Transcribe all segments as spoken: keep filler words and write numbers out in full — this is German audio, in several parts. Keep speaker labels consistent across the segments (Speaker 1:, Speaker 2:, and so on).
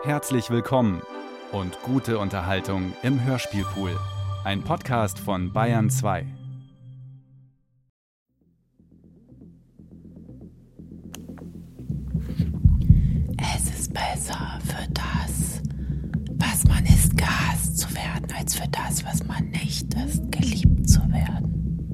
Speaker 1: Herzlich willkommen und gute Unterhaltung im Hörspielpool. Ein Podcast von Bayern zwei.
Speaker 2: Es ist besser für das, was man ist, gehasst zu werden, als für das, was man nicht ist, geliebt zu werden.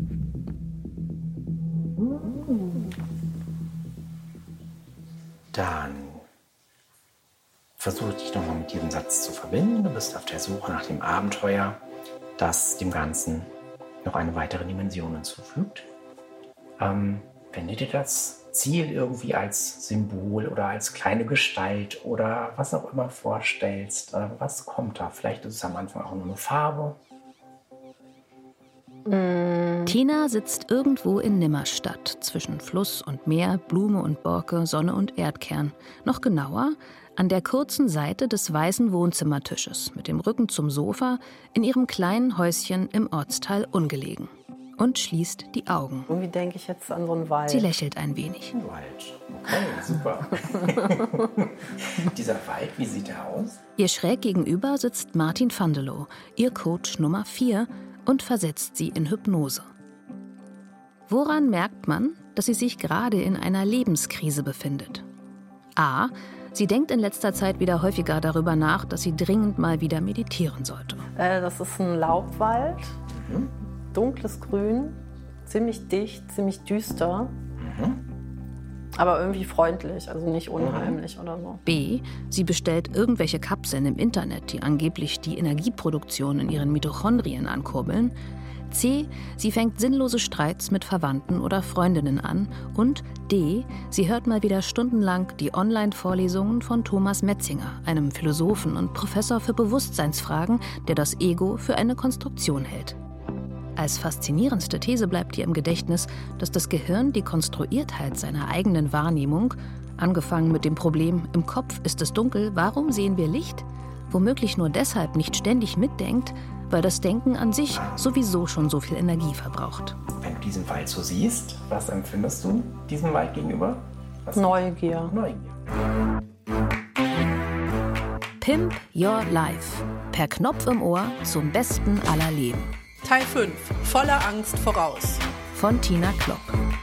Speaker 3: Dann versuche dich nochmal mit diesem Satz zu verbinden. Du bist auf der Suche nach dem Abenteuer, das dem Ganzen noch eine weitere Dimension hinzufügt. Ähm, wenn du dir das Ziel irgendwie als Symbol oder als kleine Gestalt oder was auch immer vorstellst, äh, was kommt da? Vielleicht ist es am Anfang auch nur eine Farbe.
Speaker 4: Tina sitzt irgendwo in Nimmerstadt, zwischen Fluss und Meer, Blume und Borke, Sonne und Erdkern. Noch genauer, an der kurzen Seite des weißen Wohnzimmertisches, mit dem Rücken zum Sofa, in ihrem kleinen Häuschen im Ortsteil Ungelegen. Und schließt die Augen.
Speaker 5: Irgendwie denke ich jetzt an so einen Wald.
Speaker 4: Sie lächelt ein wenig.
Speaker 3: Ein Wald. Okay, super. Dieser Wald, wie sieht er aus?
Speaker 4: Ihr schräg gegenüber sitzt Martin Vandelow, ihr Coach Nummer vier, und versetzt sie in Hypnose. Woran merkt man, dass sie sich gerade in einer Lebenskrise befindet? A. Sie denkt in letzter Zeit wieder häufiger darüber nach, dass sie dringend mal wieder meditieren sollte.
Speaker 5: Äh, das ist ein Laubwald,
Speaker 3: Mhm.
Speaker 5: dunkles Grün, ziemlich dicht, ziemlich düster,
Speaker 3: Mhm.
Speaker 5: aber irgendwie freundlich, also nicht unheimlich oder so.
Speaker 4: B. Sie bestellt irgendwelche Kapseln im Internet, die angeblich die Energieproduktion in ihren Mitochondrien ankurbeln. C. Sie fängt sinnlose Streits mit Verwandten oder Freundinnen an. Und D. Sie hört mal wieder stundenlang die Online-Vorlesungen von Thomas Metzinger, einem Philosophen und Professor für Bewusstseinsfragen, der das Ego für eine Konstruktion hält. Als faszinierendste These bleibt ihr im Gedächtnis, dass das Gehirn die Konstruiertheit seiner eigenen Wahrnehmung, angefangen mit dem Problem, im Kopf ist es dunkel, warum sehen wir Licht, womöglich nur deshalb nicht ständig mitdenkt, weil das Denken an sich sowieso schon so viel Energie verbraucht.
Speaker 3: Wenn du diesen Wald so siehst, was empfindest du diesem Wald gegenüber? Was?
Speaker 5: Neugier.
Speaker 3: Neugier.
Speaker 4: Pimp Your Life. Per Knopf im Ohr zum Besten aller Leben.
Speaker 6: Teil fünf. Voller Angst voraus.
Speaker 4: Von Tina Klopp.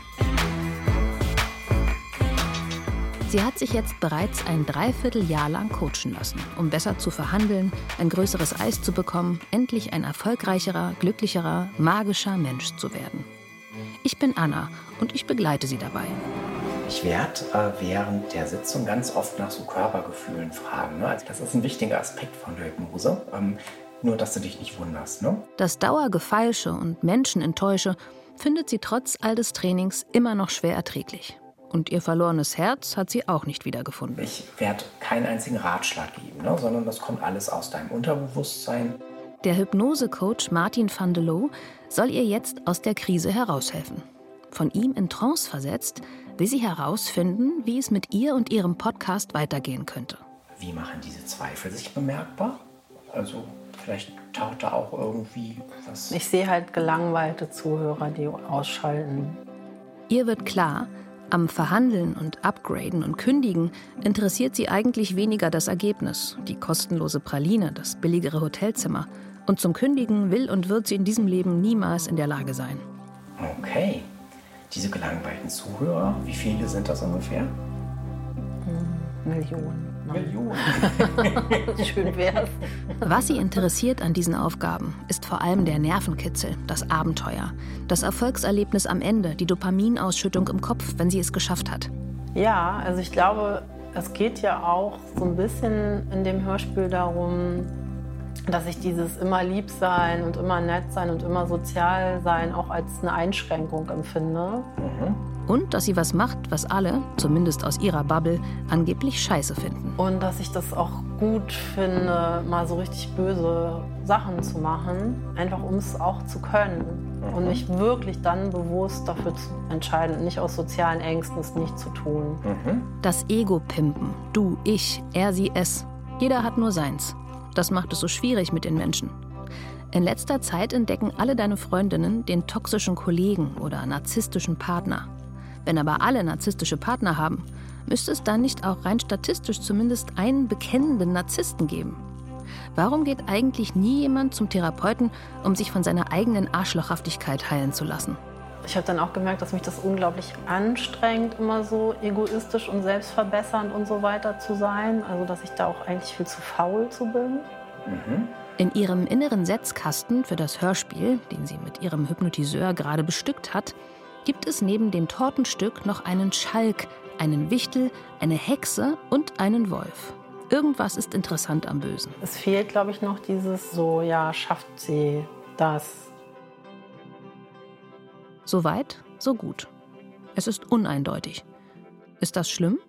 Speaker 4: Sie hat sich jetzt bereits ein Dreivierteljahr lang coachen lassen, um besser zu verhandeln, ein größeres Eis zu bekommen, endlich ein erfolgreicherer, glücklicherer, magischer Mensch zu werden. Ich bin Anna und ich begleite sie dabei.
Speaker 3: Ich werde äh, während der Sitzung ganz oft nach so Körpergefühlen fragen. Ne? Also das ist ein wichtiger Aspekt von der Hypnose. Ähm, nur, dass du dich nicht wunderst. Ne?
Speaker 4: Das Dauergefeilsche und Menschenenttäusche findet sie trotz all des Trainings immer noch schwer erträglich. Und ihr verlorenes Herz hat sie auch nicht wiedergefunden.
Speaker 3: Ich werde keinen einzigen Ratschlag geben, ne? sondern das kommt alles aus deinem Unterbewusstsein.
Speaker 4: Der Hypnose-Coach Martin Vandelow soll ihr jetzt aus der Krise heraushelfen. Von ihm in Trance versetzt, will sie herausfinden, wie es mit ihr und ihrem Podcast weitergehen könnte.
Speaker 3: Wie machen diese Zweifel sich bemerkbar? Also vielleicht taucht da auch irgendwie was...
Speaker 5: Ich sehe halt gelangweilte Zuhörer, die ausschalten.
Speaker 4: Ihr wird klar, am Verhandeln und Upgraden und Kündigen interessiert sie eigentlich weniger das Ergebnis, die kostenlose Praline, das billigere Hotelzimmer. Und zum Kündigen will und wird sie in diesem Leben niemals in der Lage sein.
Speaker 3: Okay. Diese gelangweilten Zuhörer, wie viele sind das ungefähr?
Speaker 5: Hm, Millionen.
Speaker 3: Millionen.
Speaker 5: Schön wär's.
Speaker 4: Was sie interessiert an diesen Aufgaben, ist vor allem der Nervenkitzel, das Abenteuer, das Erfolgserlebnis am Ende, die Dopaminausschüttung im Kopf, wenn sie es geschafft hat.
Speaker 5: Ja, also ich glaube, es geht ja auch so ein bisschen in dem Hörspiel darum, dass ich dieses immer lieb sein und immer nett sein und immer sozial sein auch als eine Einschränkung empfinde.
Speaker 3: Mhm.
Speaker 4: Und dass sie was macht, was alle, zumindest aus ihrer Bubble, angeblich scheiße finden.
Speaker 5: Und dass ich das auch gut finde, mal so richtig böse Sachen zu machen, einfach um es auch zu können.
Speaker 3: Mhm.
Speaker 5: Und mich wirklich dann bewusst dafür zu entscheiden, nicht aus sozialen Ängsten es nicht zu tun.
Speaker 3: Mhm.
Speaker 4: Das Ego pimpen. Du, ich, er, sie, es. Jeder hat nur seins. Das macht es so schwierig mit den Menschen. In letzter Zeit entdecken alle deine Freundinnen den toxischen Kollegen oder narzisstischen Partner. Wenn aber alle narzisstische Partner haben, Müsste es dann nicht auch rein statistisch zumindest einen bekennenden Narzissten geben? Warum geht eigentlich nie jemand zum Therapeuten, um sich von seiner eigenen Arschlochhaftigkeit heilen zu lassen?
Speaker 5: Ich habe dann auch gemerkt, dass mich das unglaublich anstrengt, immer so egoistisch und selbstverbessernd und so weiter zu sein. Also dass ich da auch eigentlich viel zu faul zu bin.
Speaker 3: Mhm.
Speaker 4: In ihrem inneren Setzkasten für das Hörspiel, den sie mit ihrem Hypnotiseur gerade bestückt hat, gibt es neben dem Tortenstück noch einen Schalk, einen Wichtel, eine Hexe und einen Wolf. Irgendwas ist interessant am Bösen.
Speaker 5: Es fehlt, glaube ich, noch dieses so, ja, schafft sie das?
Speaker 4: So weit, so gut. Es ist uneindeutig. Ist das schlimm?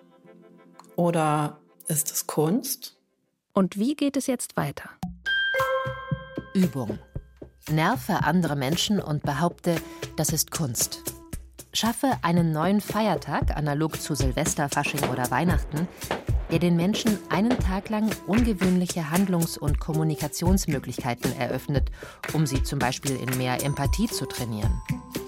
Speaker 6: Oder ist es Kunst?
Speaker 4: Und wie geht es jetzt weiter?
Speaker 2: Übung. Nerve andere Menschen und behaupte, das ist Kunst. Schaffe einen neuen Feiertag, analog zu Silvester, Fasching oder Weihnachten, der den Menschen einen Tag lang ungewöhnliche Handlungs- und Kommunikationsmöglichkeiten eröffnet, um sie zum Beispiel in mehr Empathie zu trainieren.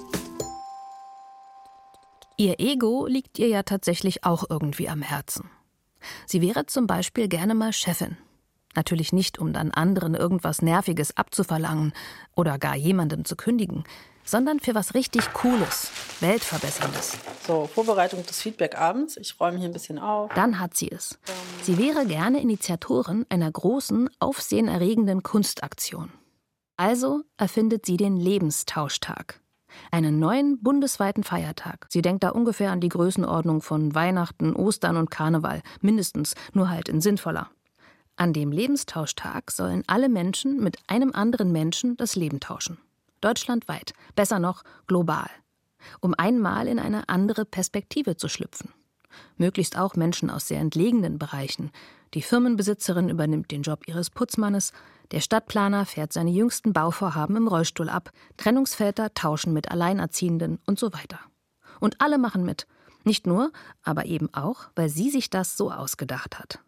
Speaker 4: Ihr Ego liegt ihr ja tatsächlich auch irgendwie am Herzen. Sie wäre zum Beispiel gerne mal Chefin. Natürlich nicht, um dann anderen irgendwas Nerviges abzuverlangen oder gar jemandem zu kündigen, sondern für was richtig Cooles, Weltverbesserndes.
Speaker 5: So, Vorbereitung des Feedback-Abends. Ich räume hier ein bisschen auf.
Speaker 4: Dann hat sie es. Sie wäre gerne Initiatorin einer großen, aufsehenerregenden Kunstaktion. Also erfindet sie den Lebenstauschtag. Einen neuen bundesweiten Feiertag. Sie denkt da ungefähr an die Größenordnung von Weihnachten, Ostern und Karneval. Mindestens, nur halt in sinnvoller. An dem Lebenstauschtag sollen alle Menschen mit einem anderen Menschen das Leben tauschen. Deutschlandweit, besser noch global. Um einmal in eine andere Perspektive zu schlüpfen. Möglichst auch Menschen aus sehr entlegenen Bereichen. Die Firmenbesitzerin übernimmt den Job ihres Putzmannes, der Stadtplaner fährt seine jüngsten Bauvorhaben im Rollstuhl ab, Trennungsväter tauschen mit Alleinerziehenden und so weiter. Und alle machen mit. Nicht nur, aber eben auch, weil sie sich das so ausgedacht hat.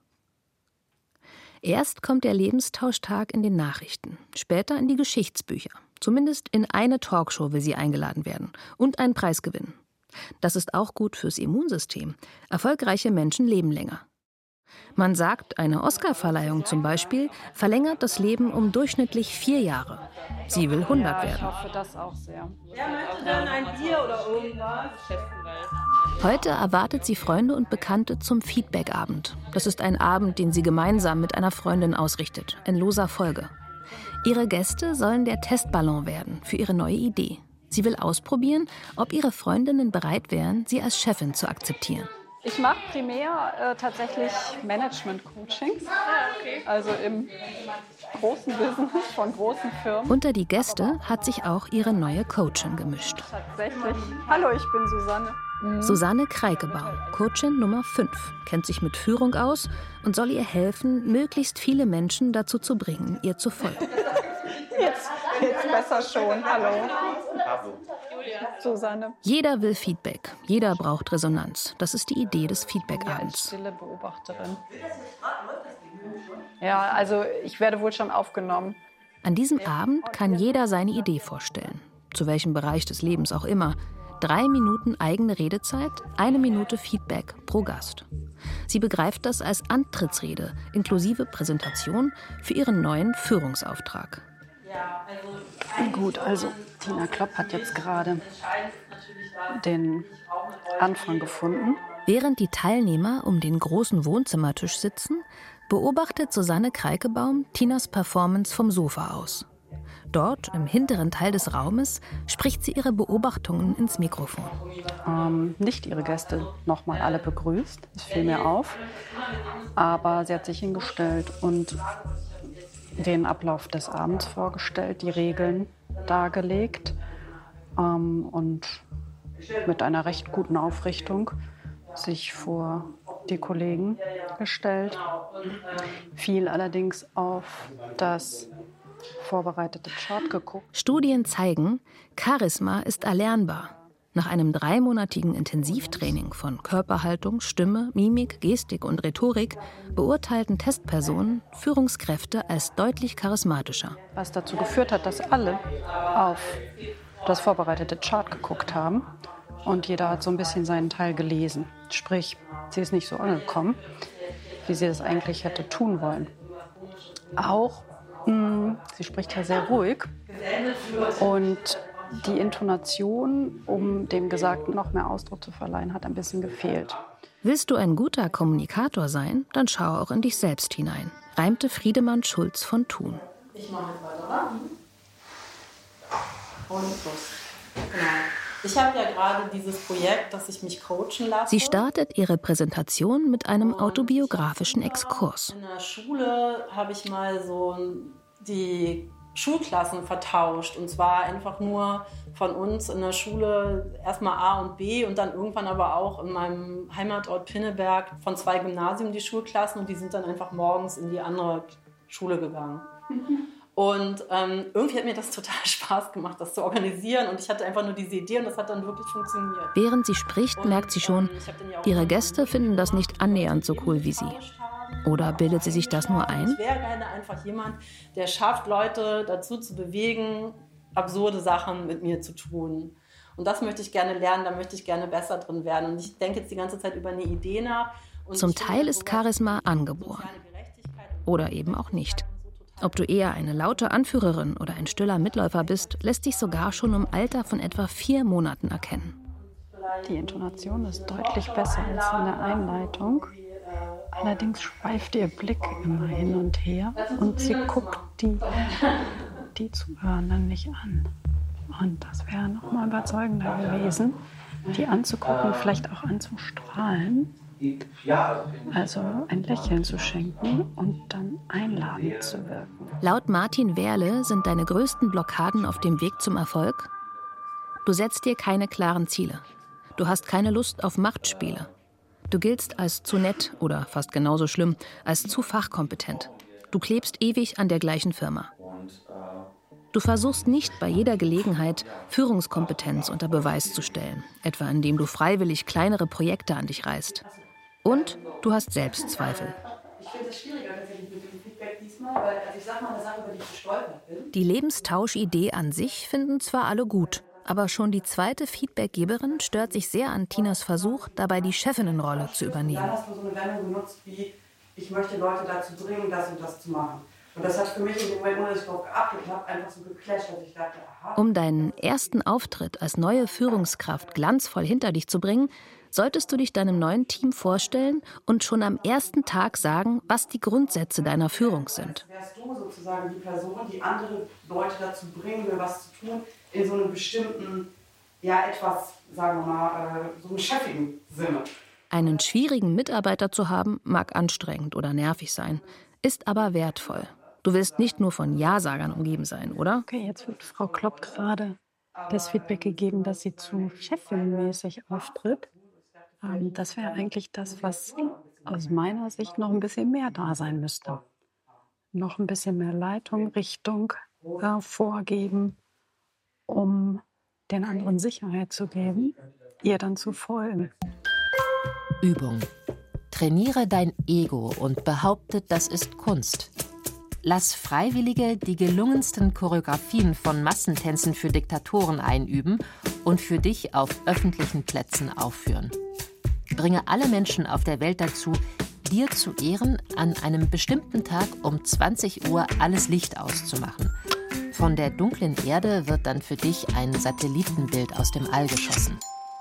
Speaker 4: Erst kommt der Lebenstauschtag in den Nachrichten, später in die Geschichtsbücher. Zumindest in eine Talkshow will sie eingeladen werden und einen Preis gewinnen. Das ist auch gut fürs Immunsystem. Erfolgreiche Menschen leben länger. Man sagt, eine Oscarverleihung zum Beispiel verlängert das Leben um durchschnittlich vier Jahre. Sie will hundert werden.
Speaker 7: Ich hoffe das auch sehr.
Speaker 5: Ja, möchte dann ein Bier oder irgendwas?
Speaker 4: Heute erwartet sie Freunde und Bekannte zum Feedback-Abend. Das ist ein Abend, den sie gemeinsam mit einer Freundin ausrichtet, in loser Folge. Ihre Gäste sollen der Testballon werden für ihre neue Idee. Sie will ausprobieren, ob ihre Freundinnen bereit wären, sie als Chefin zu akzeptieren.
Speaker 7: Ich mache primär äh, tatsächlich Management-Coachings, also im großen Business von großen Firmen.
Speaker 4: Unter die Gäste hat sich auch ihre neue Coachin gemischt.
Speaker 7: Tatsächlich. Hallo, ich bin Susanne. Mhm.
Speaker 4: Susanne Kreikebaum, Coachin Nummer fünf, kennt sich mit Führung aus und soll ihr helfen, möglichst viele Menschen dazu zu bringen, ihr zu folgen.
Speaker 7: Jetzt, jetzt besser schon. Hallo. Susanne.
Speaker 4: Jeder will Feedback, jeder braucht Resonanz. Das ist die Idee des Feedback-Abends.
Speaker 7: Stille Beobachterin. Ja, also ich werde wohl schon aufgenommen.
Speaker 4: An diesem Abend kann jeder seine Idee vorstellen. Zu welchem Bereich des Lebens auch immer. Drei Minuten eigene Redezeit, eine Minute Feedback pro Gast. Sie begreift das als Antrittsrede, inklusive Präsentation für ihren neuen Führungsauftrag.
Speaker 7: Gut, also Tina Klopp hat jetzt gerade den Anfang gefunden.
Speaker 4: Während die Teilnehmer um den großen Wohnzimmertisch sitzen, beobachtet Susanne Kreikebaum Tinas Performance vom Sofa aus. Dort, im hinteren Teil des Raumes, spricht sie ihre Beobachtungen ins Mikrofon.
Speaker 7: Ähm, nicht ihre Gäste nochmal alle begrüßt, das fiel mir auf. Aber sie hat sich hingestellt und den Ablauf des Abends vorgestellt, die Regeln dargelegt ähm, und mit einer recht guten Aufrichtung sich vor die Kollegen gestellt. Viel allerdings auf das vorbereitete Chart geguckt.
Speaker 4: Studien zeigen, Charisma ist erlernbar. Nach einem dreimonatigen Intensivtraining von Körperhaltung, Stimme, Mimik, Gestik und Rhetorik beurteilten Testpersonen Führungskräfte als deutlich charismatischer.
Speaker 7: Was dazu geführt hat, dass alle auf das vorbereitete Chart geguckt haben und jeder hat so ein bisschen seinen Teil gelesen. Sprich, sie ist nicht so angekommen, wie sie das eigentlich hätte tun wollen. Auch, mh, sie spricht ja sehr ruhig und die Intonation, um dem Gesagten noch mehr Ausdruck zu verleihen, hat ein bisschen gefehlt.
Speaker 4: Willst du ein guter Kommunikator sein, dann schau auch in dich selbst hinein, reimte Friedemann Schulz von Thun.
Speaker 5: Ich mache jetzt weiter, oder? Und los. Genau. Ich habe ja gerade dieses Projekt, dass ich mich coachen lasse.
Speaker 4: Sie startet ihre Präsentation mit einem autobiografischen Exkurs.
Speaker 5: In der Schule habe ich mal so die Schulklassen vertauscht. Und zwar einfach nur von uns in der Schule erstmal A und B und dann irgendwann aber auch in meinem Heimatort Pinneberg von zwei Gymnasien die Schulklassen. Und die sind dann einfach morgens in die andere Schule gegangen. Und ähm, irgendwie hat mir das total Spaß gemacht, das zu organisieren. Und ich hatte einfach nur diese Idee und das hat dann wirklich funktioniert.
Speaker 4: Während sie spricht,
Speaker 5: und,
Speaker 4: merkt sie schon,
Speaker 5: ähm, ja
Speaker 4: ihre Gäste finden das nicht annähernd so cool wie sie. Oder bildet sie sich das nur ein?
Speaker 5: Ich wäre gerne einfach jemand, der schafft, Leute dazu zu bewegen, absurde Sachen mit mir zu tun. Und das möchte ich gerne lernen, da möchte ich gerne besser drin werden. Und ich denke jetzt die ganze Zeit über eine Idee nach. Und
Speaker 4: Zum Teil ist Charisma angeboren. Oder eben auch nicht. Ob du eher eine laute Anführerin oder ein stiller Mitläufer bist, lässt sich sogar schon im Alter von etwa vier Monaten erkennen.
Speaker 7: Die Intonation ist deutlich besser als in der Einleitung. Allerdings schweift ihr Blick immer hin und her und sie guckt die, die Zuhörenden nicht an. Und das wäre noch mal überzeugender gewesen, die anzugucken, vielleicht auch anzustrahlen. Also ein Lächeln zu schenken und dann einladend zu wirken.
Speaker 4: Laut Martin Wehrle sind deine größten Blockaden auf dem Weg zum Erfolg: Du setzt dir keine klaren Ziele. Du hast keine Lust auf Machtspiele. Du giltst als zu nett oder fast genauso schlimm, als zu fachkompetent. Du klebst ewig an der gleichen Firma. Du versuchst nicht bei jeder Gelegenheit, Führungskompetenz unter Beweis zu stellen, etwa indem du freiwillig kleinere Projekte an dich reißt. Und du hast Selbstzweifel.
Speaker 8: Ich finde es schwieriger tatsächlich mit dem Feedback diesmal, weil also ich sag mal eine Sache, über die ich gestolpert bin.
Speaker 4: Die Lebenstauschidee an sich finden zwar alle gut, aber schon die zweite Feedbackgeberin stört sich sehr an Tinas Versuch, dabei die Chefinnenrolle zu übernehmen.
Speaker 8: Dann hast du so eine Wendung genutzt wie, ich möchte Leute dazu bringen, das und das zu machen. Und das hat für mich in dem Moment, ohne dass ich darauf geachtet habe, einfach so geclasht, dass ich dachte, aha.
Speaker 4: Um deinen ersten Auftritt als neue Führungskraft glanzvoll hinter dich zu bringen, solltest du dich deinem neuen Team vorstellen und schon am ersten Tag sagen, was die Grundsätze deiner Führung sind.
Speaker 8: Wärst du sozusagen die Person, die andere Leute dazu bringen will, was zu tun, in so einem bestimmten, ja etwas, sagen wir mal, so einem chefigen Sinne.
Speaker 4: Einen schwierigen Mitarbeiter zu haben, mag anstrengend oder nervig sein, ist aber wertvoll. Du willst nicht nur von Ja-Sagern umgeben sein, oder?
Speaker 7: Okay, jetzt wird Frau Klopp gerade das Feedback gegeben, dass sie zu Chefin-mäßig auftritt. Ähm, das wäre eigentlich das, was aus meiner Sicht noch ein bisschen mehr da sein müsste. Noch ein bisschen mehr Leitung, Richtung äh, vorgeben, um den anderen Sicherheit zu geben, ihr dann zu folgen.
Speaker 2: Übung. Trainiere dein Ego und behaupte, das ist Kunst. Lass Freiwillige die gelungensten Choreografien von Massentänzen für Diktatoren einüben und für dich auf öffentlichen Plätzen aufführen. Bringe alle Menschen auf der Welt dazu, dir zu Ehren an einem bestimmten Tag um zwanzig Uhr alles Licht auszumachen. Von der dunklen Erde wird dann für dich ein Satellitenbild aus dem All geschossen.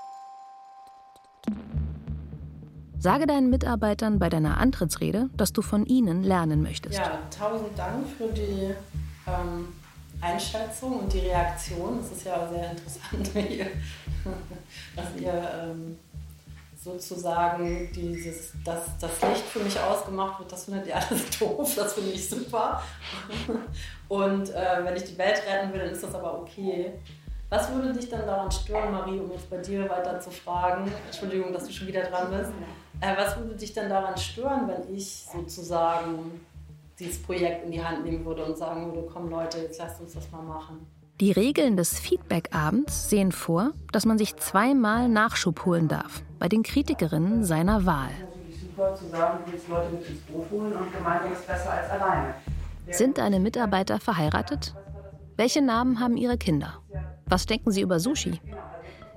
Speaker 4: Sage deinen Mitarbeitern bei deiner Antrittsrede, dass du von ihnen lernen möchtest.
Speaker 5: Ja, tausend Dank für die ähm, Einschätzung und die Reaktion. Es ist ja sehr interessant, wie ihr, dass ihr ähm, sozusagen dieses, dass das Licht für mich ausgemacht wird. Das findet ihr alles doof, das finde ich super. Und äh, wenn ich die Welt retten will, dann ist das aber okay. Was würde dich dann daran stören, Marie, um jetzt bei dir weiter zu fragen? Entschuldigung, dass du schon wieder dran bist. Äh, was würde dich dann daran stören, wenn ich sozusagen dieses Projekt in die Hand nehmen würde und sagen würde, komm Leute, jetzt lasst uns das mal machen?
Speaker 4: Die Regeln des Feedback-Abends sehen vor, dass man sich zweimal Nachschub holen darf, bei den Kritikerinnen seiner Wahl.
Speaker 8: Es ist super zu sagen, du willst Leute mit ins Boot holen und gemeinsam ist besser als alleine.
Speaker 4: Sind deine Mitarbeiter verheiratet? Welche Namen haben ihre Kinder? Was denken sie über Sushi?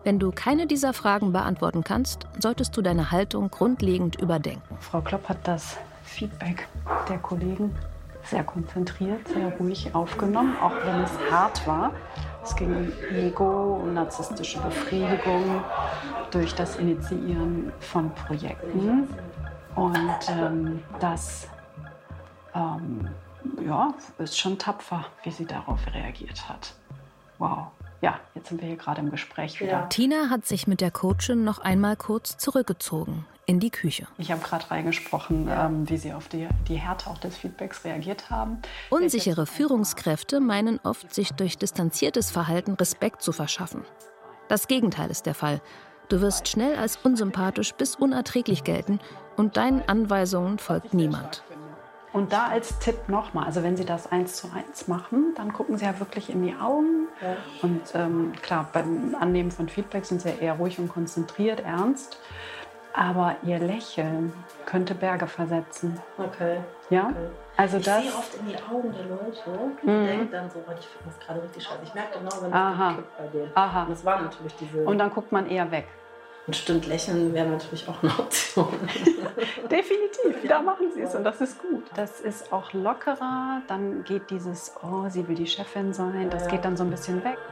Speaker 4: Wenn du keine dieser Fragen beantworten kannst, solltest du deine Haltung grundlegend überdenken.
Speaker 7: Frau Klopp hat das Feedback der Kollegen sehr konzentriert, sehr ruhig aufgenommen, auch wenn es hart war. Es ging um Ego, um narzisstische Befriedigung durch das Initiieren von Projekten. Und ähm, das ähm, ja, ist schon tapfer, wie sie darauf reagiert hat. Wow. Ja, jetzt sind wir hier gerade im Gespräch wieder.
Speaker 4: Ja. Tina hat sich mit der Coachin noch einmal kurz zurückgezogen in die Küche.
Speaker 7: Ich habe gerade reingesprochen, ähm, wie sie auf die, die Härte auch des Feedbacks reagiert haben.
Speaker 4: Unsichere Führungskräfte meinen oft, sich durch distanziertes Verhalten Respekt zu verschaffen. Das Gegenteil ist der Fall. Du wirst schnell als unsympathisch bis unerträglich gelten und deinen Anweisungen folgt niemand.
Speaker 7: Und da als Tipp nochmal, also wenn Sie das eins zu eins machen, dann gucken Sie ja wirklich in die Augen. Ja. Und ähm, klar, beim Annehmen von Feedback sind Sie ja eher ruhig und konzentriert, ernst. Aber Ihr Lächeln könnte Berge versetzen.
Speaker 5: Okay.
Speaker 7: Ja?
Speaker 5: Okay.
Speaker 7: Also
Speaker 5: ich
Speaker 7: das
Speaker 5: sehe oft in die Augen der Leute und
Speaker 7: mhm.
Speaker 5: denke dann so, ich finde das gerade richtig scheiße. Ich merke genau, wenn
Speaker 7: das
Speaker 5: kippt bei denen.
Speaker 7: Aha.
Speaker 5: Und das war natürlich diese...
Speaker 7: Und dann guckt man eher weg.
Speaker 5: Und stimmt, lächeln wäre natürlich auch eine Option.
Speaker 7: Definitiv, da machen Sie es und das ist gut. Das ist auch lockerer, dann geht dieses, oh, sie will die Chefin sein, das geht dann so ein bisschen weg.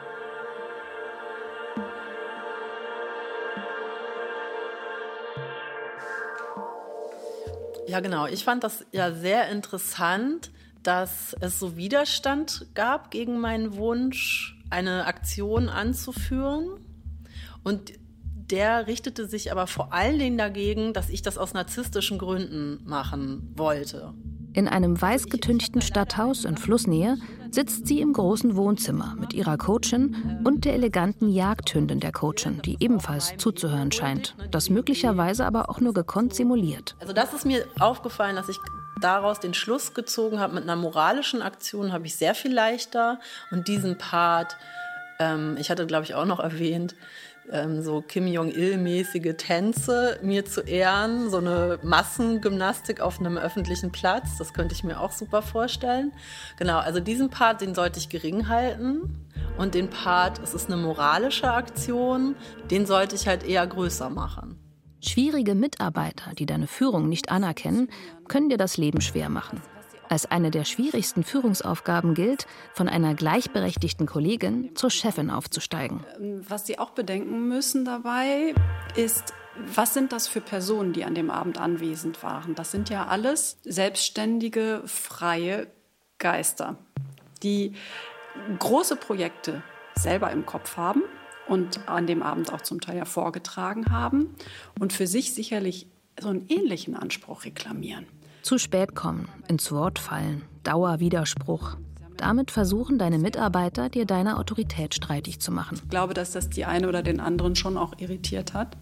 Speaker 5: Ja, genau. Ich fand das ja sehr interessant, dass es so Widerstand gab gegen meinen Wunsch, eine Aktion anzuführen. Und der richtete sich aber vor allen Dingen dagegen, dass ich das aus narzisstischen Gründen machen wollte.
Speaker 4: In einem weiß getünchten Stadthaus in Flussnähe sitzt sie im großen Wohnzimmer mit ihrer Coachin und der eleganten Jagdhündin der Coachin, die ebenfalls zuzuhören scheint, das möglicherweise aber auch nur gekonnt simuliert.
Speaker 5: Also das ist mir aufgefallen, dass ich daraus den Schluss gezogen habe, mit einer moralischen Aktion habe ich sehr viel leichter. Und diesen Part, ähm, ich hatte glaube ich auch noch erwähnt, Ähm, so Kim Jong-il-mäßige Tänze mir zu ehren, so eine Massengymnastik auf einem öffentlichen Platz, das könnte ich mir auch super vorstellen. Genau, also diesen Part, den sollte ich gering halten und den Part, es ist eine moralische Aktion, den sollte ich halt eher größer machen.
Speaker 4: Schwierige Mitarbeiter, die deine Führung nicht anerkennen, können dir das Leben schwer machen. Als eine der schwierigsten Führungsaufgaben gilt, von einer gleichberechtigten Kollegin zur Chefin aufzusteigen.
Speaker 6: Was Sie auch bedenken müssen dabei ist, was sind das für Personen, die an dem Abend anwesend waren? Das sind ja alles selbstständige, freie Geister, die große Projekte selber im Kopf haben und an dem Abend auch zum Teil ja vorgetragen haben und für sich sicherlich so einen ähnlichen Anspruch reklamieren.
Speaker 4: Zu spät kommen, ins Wort fallen, Dauerwiderspruch. Damit versuchen deine Mitarbeiter, dir deine Autorität streitig zu machen.
Speaker 6: Ich glaube, dass das die eine oder den anderen schon auch irritiert hat.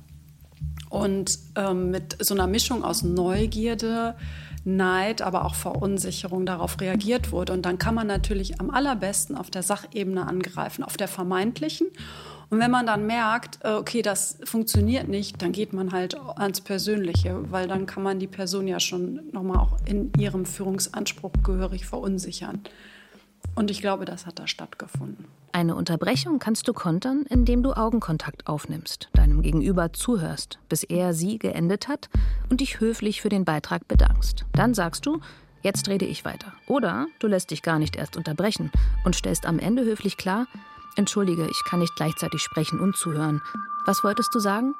Speaker 6: Und ähm, mit so einer Mischung aus Neugierde, Neid, aber auch Verunsicherung darauf reagiert wurde. Und dann kann man natürlich am allerbesten auf der Sachebene angreifen, auf der vermeintlichen. Und wenn man dann merkt, okay, das funktioniert nicht, dann geht man halt ans Persönliche, weil dann kann man die Person ja schon nochmal auch in ihrem Führungsanspruch gehörig verunsichern. Und ich glaube, das hat da stattgefunden.
Speaker 4: Eine Unterbrechung kannst du kontern, indem du Augenkontakt aufnimmst, deinem Gegenüber zuhörst, bis er sie geendet hat und dich höflich für den Beitrag bedankst. Dann sagst du, jetzt rede ich weiter. Oder du lässt dich gar nicht erst unterbrechen und stellst am Ende höflich klar, entschuldige, ich kann nicht gleichzeitig sprechen und zuhören. Was wolltest du sagen?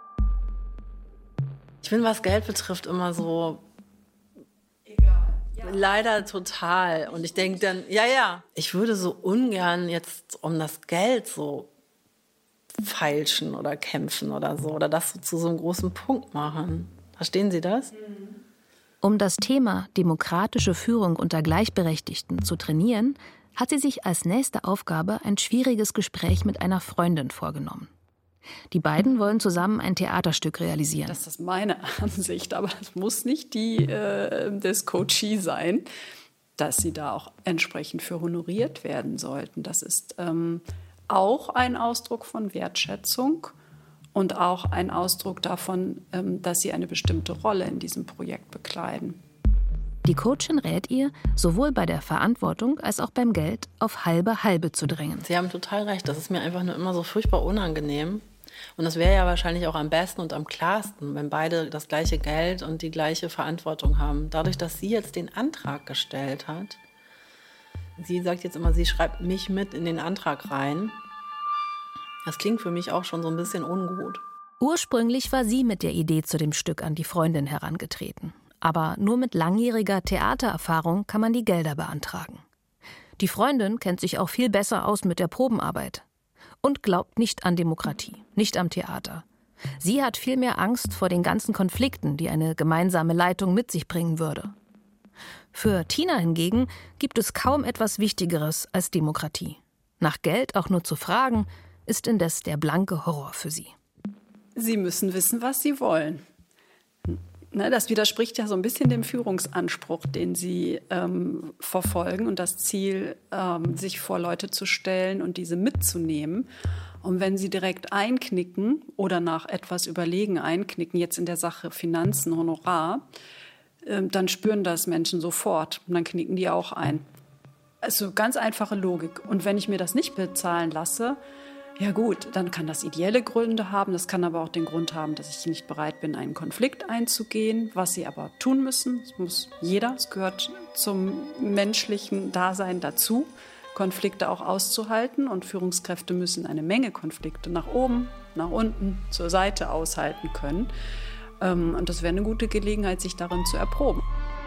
Speaker 5: Ich bin, was Geld betrifft, immer so... Egal. Ja. Leider total. Und ich denke dann, ja, ja, ich würde so ungern jetzt um das Geld so feilschen oder kämpfen oder so. Oder das so zu so einem großen Punkt machen. Verstehen Sie das?
Speaker 4: Um das Thema demokratische Führung unter Gleichberechtigten zu trainieren, hat sie sich als nächste Aufgabe ein schwieriges Gespräch mit einer Freundin vorgenommen. Die beiden wollen zusammen ein Theaterstück realisieren.
Speaker 6: Das ist meine Ansicht, aber das muss nicht die äh, des Coachee sein, dass sie da auch entsprechend für honoriert werden sollten. Das ist ähm, auch ein Ausdruck von Wertschätzung und auch ein Ausdruck davon, ähm, dass sie eine bestimmte Rolle in diesem Projekt bekleiden.
Speaker 4: Die Coachin rät ihr, sowohl bei der Verantwortung als auch beim Geld auf halbe halbe zu drängen.
Speaker 5: Sie haben total recht. Das ist mir einfach nur immer so furchtbar unangenehm. Und das wäre ja wahrscheinlich auch am besten und am klarsten, wenn beide das gleiche Geld und die gleiche Verantwortung haben. Dadurch, dass sie jetzt den Antrag gestellt hat, sie sagt jetzt immer, sie schreibt mich mit in den Antrag rein. Das klingt für mich auch schon so ein bisschen ungut.
Speaker 4: Ursprünglich war sie mit der Idee zu dem Stück an die Freundin herangetreten. Aber nur mit langjähriger Theatererfahrung kann man die Gelder beantragen. Die Freundin kennt sich auch viel besser aus mit der Probenarbeit. Und glaubt nicht an Demokratie, nicht am Theater. Sie hat viel mehr Angst vor den ganzen Konflikten, die eine gemeinsame Leitung mit sich bringen würde. Für Tina hingegen gibt es kaum etwas Wichtigeres als Demokratie. Nach Geld auch nur zu fragen, ist indes der blanke Horror für sie.
Speaker 6: Sie müssen wissen, was Sie wollen. Ne, das widerspricht ja so ein bisschen dem Führungsanspruch, den Sie ähm, verfolgen und das Ziel, ähm, sich vor Leute zu stellen und diese mitzunehmen. Und wenn Sie direkt einknicken oder nach etwas Überlegen einknicken, jetzt in der Sache Finanzen, Honorar, äh, dann spüren das Menschen sofort und dann knicken die auch ein. Also ganz einfache Logik. Und wenn ich mir das nicht bezahlen lasse, ja gut, dann kann das ideelle Gründe haben, das kann aber auch den Grund haben, dass ich nicht bereit bin, einen Konflikt einzugehen, was sie aber tun müssen. Das muss jeder, es gehört zum menschlichen Dasein dazu, Konflikte auch auszuhalten. Und Führungskräfte müssen eine Menge Konflikte nach oben, nach unten, zur Seite aushalten können. Und das wäre eine gute Gelegenheit, sich darin zu erproben.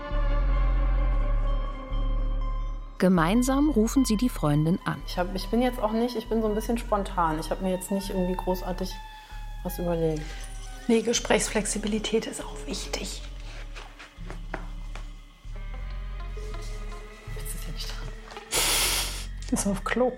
Speaker 4: Gemeinsam rufen sie die Freundin an.
Speaker 5: Ich, hab, ich bin jetzt auch nicht, ich bin so ein bisschen spontan. Ich habe mir jetzt nicht irgendwie großartig was überlegt.
Speaker 9: Nee, Gesprächsflexibilität ist auch wichtig.
Speaker 5: Jetzt ist ja nicht dran.
Speaker 9: Ist auf Klo.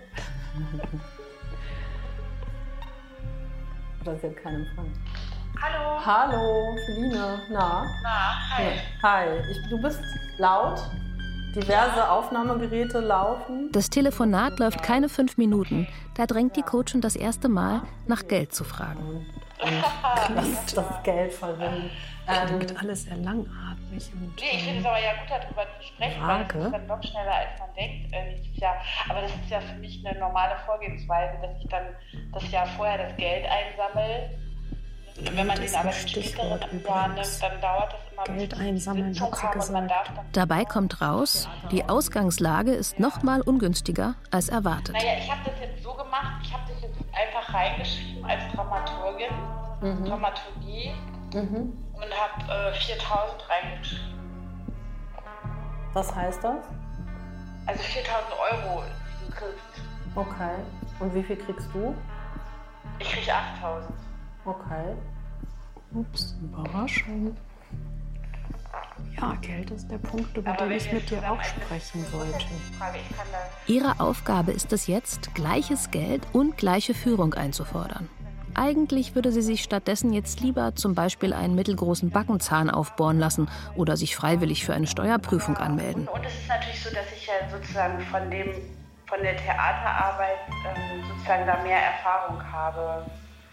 Speaker 5: Oder sie hat keinen Empfang.
Speaker 10: Hallo.
Speaker 5: Hallo, Feline. Na?
Speaker 10: Na, hi.
Speaker 5: Hi, ich, du bist laut. Diverse Aufnahmegeräte laufen.
Speaker 4: Das Telefonat läuft keine fünf Minuten. Da drängt die Coachin das erste Mal, nach Geld zu fragen.
Speaker 5: Klingt das Geld verwenden.
Speaker 9: Klingt ähm, alles sehr langatmig. Und,
Speaker 10: nee, ich finde es aber ja gut, darüber zu sprechen, weil es ist dann doch schneller, als man denkt. Äh, ja, aber das ist ja für mich eine normale Vorgehensweise, dass ich dann das Jahr vorher das Geld einsammle. Wenn man den aber späteren Jahr nimmt, dann dauert das immer
Speaker 9: Geld einsammeln, hat sie gesagt.
Speaker 4: Dabei kommt raus, die Ausgangslage ist noch mal ungünstiger als erwartet.
Speaker 10: Naja, ich habe das jetzt so gemacht, ich habe das jetzt einfach reingeschrieben als Dramaturgin, mhm. Dramaturgie, mhm. und habe äh, viertausend reingeschrieben.
Speaker 5: Was heißt das?
Speaker 10: Also viertausend Euro, die du kriegst.
Speaker 5: Okay. Und wie viel kriegst du?
Speaker 10: Ich kriege achttausend.
Speaker 5: Okay.
Speaker 9: Ups, Überraschung. Ja, Geld ist der Punkt, über den ich mit dir auch sprechen wollte.
Speaker 4: Ihre Aufgabe ist es jetzt, gleiches Geld und gleiche Führung einzufordern. Eigentlich würde sie sich stattdessen jetzt lieber zum Beispiel einen mittelgroßen Backenzahn aufbohren lassen oder sich freiwillig für eine Steuerprüfung anmelden.
Speaker 10: Und es ist natürlich so, dass ich ja sozusagen von, dem, von der Theaterarbeit ähm, sozusagen da mehr Erfahrung habe.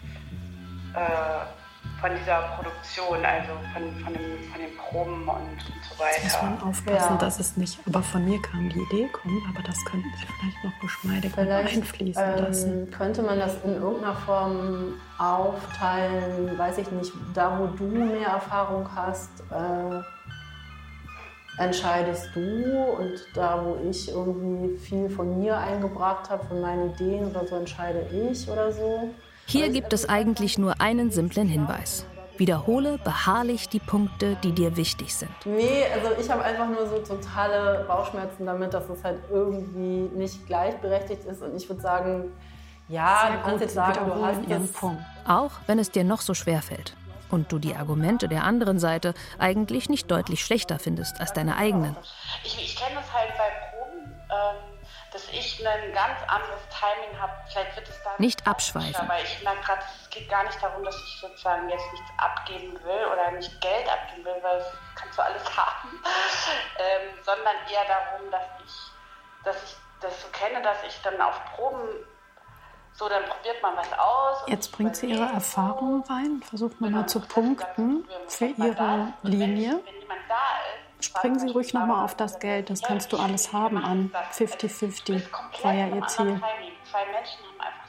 Speaker 10: Von dieser Produktion, also von, von, dem, von den Proben und, und so weiter.
Speaker 9: Jetzt muss man aufpassen, ja. dass es nicht, aber von mir kam die Idee, kommt, aber das könnten Sie vielleicht noch geschmeidig vielleicht, einfließen ähm, lassen.
Speaker 5: Könnte man das in irgendeiner Form aufteilen, weiß ich nicht, da wo du mehr Erfahrung hast, äh, entscheidest du und da wo ich irgendwie viel von mir eingebracht habe, von meinen Ideen oder so, entscheide ich oder so.
Speaker 4: Hier gibt es eigentlich nur einen simplen Hinweis. Wiederhole beharrlich die Punkte, die dir wichtig sind.
Speaker 5: Nee, also ich habe einfach nur so totale Bauchschmerzen damit, dass es halt irgendwie nicht gleichberechtigt ist. Und ich würde sagen, ja, du kannst jetzt sagen, du hast das
Speaker 4: Punkt. Auch wenn es dir noch so schwer fällt und du die Argumente der anderen Seite eigentlich nicht deutlich schlechter findest als deine eigenen.
Speaker 10: Ich, ich kenne das halt bei Proben, ähm, dass ich ein ganz anderes Timing habe. Vielleicht wird es dann
Speaker 4: nicht abschweifen.
Speaker 10: Aber ich merke gerade, es geht gar nicht darum, dass ich sozusagen jetzt nichts abgeben will oder nicht Geld abgeben will, weil das kannst du alles haben, ähm, sondern eher darum, dass ich, dass ich das so kenne, dass ich dann auf Proben so, dann probiert man was aus.
Speaker 9: Jetzt bringt sie ihre Erfahrung rein, versucht nochmal zu punkten für ihre Linie.
Speaker 10: Wenn jemand da ist,
Speaker 9: springen Sie ruhig nochmal auf das Geld, das kannst du alles haben an fünfzig fünfzig, war ja ihr Ziel.
Speaker 10: Zwei Menschen haben einfach so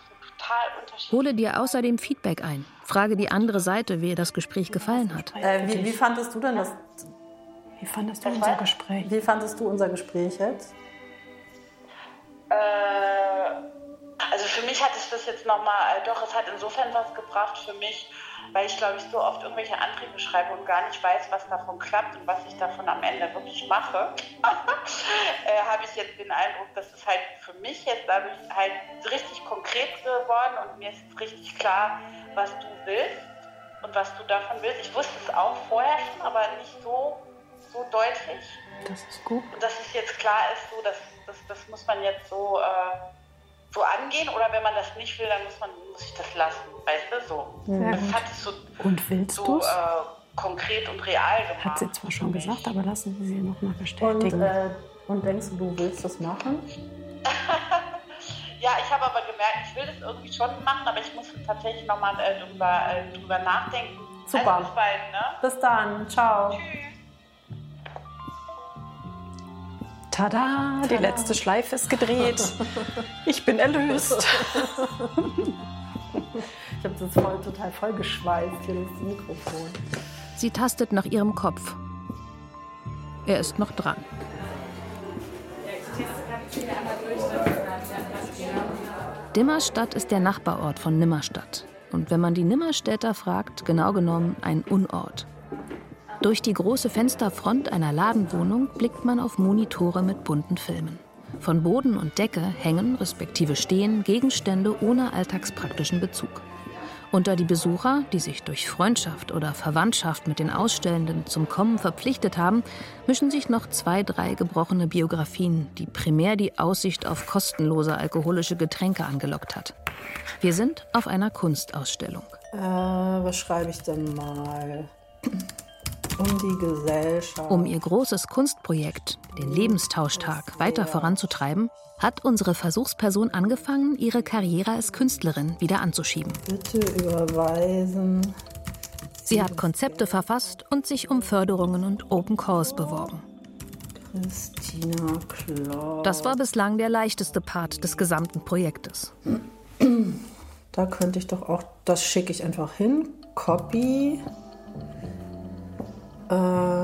Speaker 10: total unterschiedlich.
Speaker 4: Hole dir außerdem Feedback ein. Frage die andere Seite, wie ihr das Gespräch gefallen hat.
Speaker 5: Äh, wie, wie fandest du denn das?
Speaker 9: Wie fandest du unser Gespräch?
Speaker 5: Wie fandest du unser Gespräch jetzt?
Speaker 10: Äh, also für mich hat es das jetzt nochmal, doch, es hat insofern was gebracht für mich, weil ich, glaube ich, so oft irgendwelche Anträge schreibe und gar nicht weiß, was davon klappt und was ich davon am Ende wirklich mache, äh, habe ich jetzt den Eindruck, dass es halt für mich jetzt dadurch halt richtig konkret geworden und mir ist richtig klar, was du willst und was du davon willst. Ich wusste es auch vorher schon, aber nicht so, so deutlich.
Speaker 9: Das ist gut.
Speaker 10: Und dass es jetzt klar ist, so, dass, das, das muss man jetzt so... Äh, so angehen oder wenn man das nicht will, dann muss man muss ich das lassen, weißt du, so.
Speaker 9: Sehr
Speaker 10: das
Speaker 9: gut.
Speaker 10: hat es so,
Speaker 9: und willst
Speaker 10: so
Speaker 9: du's?
Speaker 10: äh, konkret und real gemacht.
Speaker 9: Hat sie zwar schon gesagt, aber lassen wir sie nochmal bestätigen.
Speaker 5: Und, äh, und denkst du, du willst das machen?
Speaker 10: Ja, ich habe aber gemerkt, ich will das irgendwie schon machen, aber ich muss tatsächlich nochmal äh, drüber, äh, drüber nachdenken.
Speaker 5: Super.
Speaker 10: Also bis bald, ne?
Speaker 5: Bis dann, ciao.
Speaker 10: Tschüss.
Speaker 9: Tada, die letzte Schleife ist gedreht. Ich bin erlöst.
Speaker 5: Ich habe das voll, total voll geschweißt, hier das Mikrofon.
Speaker 4: Sie tastet nach ihrem Kopf. Er ist noch dran. Dimmerstadt ist der Nachbarort von Nimmerstadt. Und wenn man die Nimmerstädter fragt, genau genommen ein Unort. Durch die große Fensterfront einer Ladenwohnung blickt man auf Monitore mit bunten Filmen. Von Boden und Decke hängen, respektive stehen, Gegenstände ohne alltagspraktischen Bezug. Unter die Besucher, die sich durch Freundschaft oder Verwandtschaft mit den Ausstellenden zum Kommen verpflichtet haben, mischen sich noch zwei, drei gebrochene Biografien, die primär die Aussicht auf kostenlose alkoholische Getränke angelockt hat. Wir sind auf einer Kunstausstellung.
Speaker 5: Äh, was schreibe ich denn mal? Um die Gesellschaft.
Speaker 4: Um ihr großes Kunstprojekt, den Lebenstauschtag, weiter voranzutreiben, hat unsere Versuchsperson angefangen, ihre Karriere als Künstlerin wieder anzuschieben.
Speaker 5: Bitte überweisen.
Speaker 4: Sie hat Konzepte verfasst und sich um Förderungen und Open Calls beworben.
Speaker 5: Christina Klaus.
Speaker 4: Das war bislang der leichteste Part des gesamten Projektes.
Speaker 5: Da könnte ich doch auch, das schicke ich einfach hin. Copy. Äh,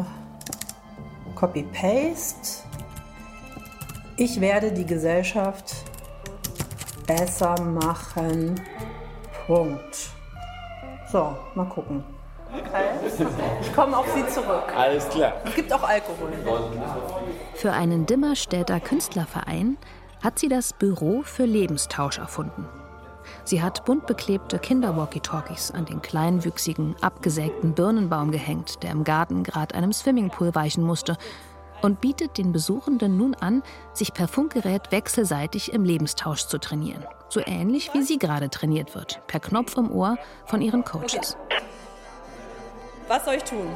Speaker 5: Copy-Paste. Ich werde die Gesellschaft besser machen. Punkt. So, mal gucken. Ich komme auf Sie zurück.
Speaker 11: Alles klar.
Speaker 5: Es gibt auch Alkohol.
Speaker 4: Für einen Dimmerstädter Künstlerverein hat sie das Büro für Lebenstausch erfunden. Sie hat bunt beklebte Kinder-Walkie-Talkies an den kleinwüchsigen, abgesägten Birnenbaum gehängt, der im Garten gerade einem Swimmingpool weichen musste, und bietet den Besuchenden nun an, sich per Funkgerät wechselseitig im Lebenstausch zu trainieren. So ähnlich wie sie gerade trainiert wird, per Knopf im Ohr von ihren Coaches.
Speaker 5: Was soll ich tun?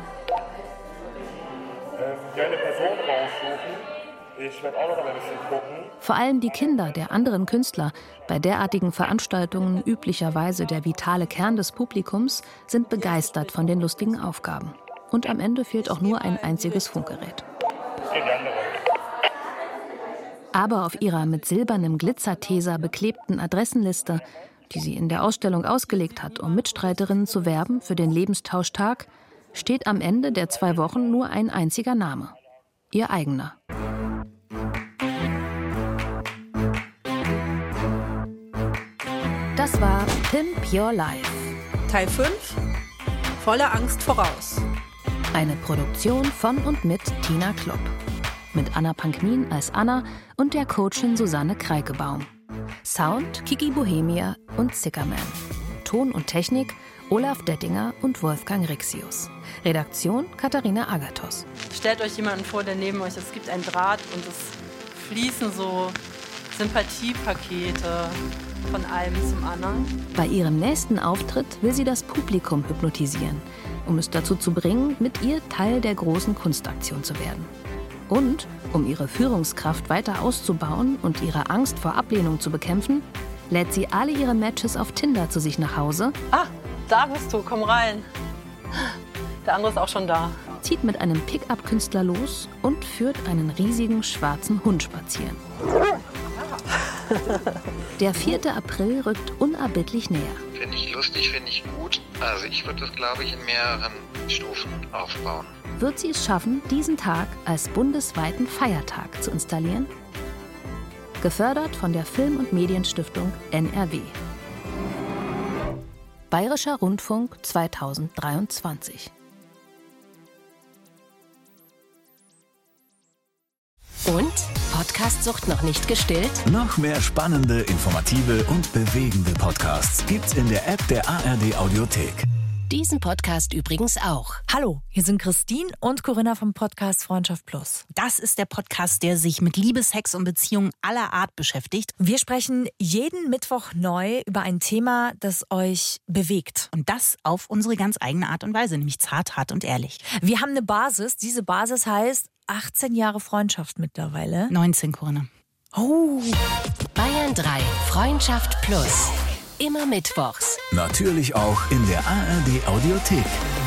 Speaker 11: Äh, gerne Person raussuchen. Ich werde auch noch ein bisschen gucken.
Speaker 4: Vor allem die Kinder der anderen Künstler, bei derartigen Veranstaltungen üblicherweise der vitale Kern des Publikums, sind begeistert von den lustigen Aufgaben. Und am Ende fehlt auch nur ein einziges Funkgerät. Aber auf ihrer mit silbernem Glitzerteser beklebten Adressenliste, die sie in der Ausstellung ausgelegt hat, um Mitstreiterinnen zu werben für den Lebenstauschtag, steht am Ende der zwei Wochen nur ein einziger Name. Ihr eigener. Das war Pimp Your Life.
Speaker 5: Teil fünf. Voller Angst voraus.
Speaker 4: Eine Produktion von und mit Tina Klopp. Mit Anna Pankmin als Anna und der Coachin Susanne Kreikebaum. Sound Kiki Bohemia und Zickerman. Ton und Technik Olaf Dettinger und Wolfgang Rixius. Redaktion Katharina Agathos.
Speaker 5: Stellt euch jemanden vor, der neben euch ist. Es gibt einen Draht und es fließen so Sympathiepakete von einem zum anderen.
Speaker 4: Bei ihrem nächsten Auftritt will sie das Publikum hypnotisieren, um es dazu zu bringen, mit ihr Teil der großen Kunstaktion zu werden. Und, um ihre Führungskraft weiter auszubauen und ihre Angst vor Ablehnung zu bekämpfen, lädt sie alle ihre Matches auf Tinder zu sich nach Hause.
Speaker 5: Ah, da bist du, komm rein. Der andere ist auch schon da.
Speaker 4: Zieht mit einem Pickup-Künstler los und führt einen riesigen schwarzen Hund spazieren. Der vierte April rückt unerbittlich näher.
Speaker 12: Finde ich lustig, finde ich gut. Also ich würde das, glaube ich, in mehreren Stufen aufbauen.
Speaker 4: Wird sie es schaffen, diesen Tag als bundesweiten Feiertag zu installieren? Gefördert von der Film- und Medienstiftung N R W. Bayerischer Rundfunk zweitausenddreiundzwanzig.
Speaker 2: Und? Podcast-Sucht noch nicht gestillt?
Speaker 13: Noch mehr spannende, informative und bewegende Podcasts gibt's in der App der A R D Audiothek.
Speaker 2: Diesen Podcast übrigens auch.
Speaker 14: Hallo, hier sind Christine und Corinna vom Podcast Freundschaft Plus.
Speaker 15: Das ist der Podcast, der sich mit Liebe, Sex und Beziehungen aller Art beschäftigt.
Speaker 14: Wir sprechen jeden Mittwoch neu über ein Thema, das euch bewegt.
Speaker 15: Und das auf unsere ganz eigene Art und Weise, nämlich zart, hart und ehrlich.
Speaker 14: Wir haben eine Basis. Diese Basis heißt achtzehn Jahre Freundschaft mittlerweile.
Speaker 15: neunzehn, Corinna.
Speaker 14: Oh.
Speaker 2: Bayern drei, Freundschaft Plus. Immer mittwochs.
Speaker 13: Natürlich auch in der A R D Audiothek.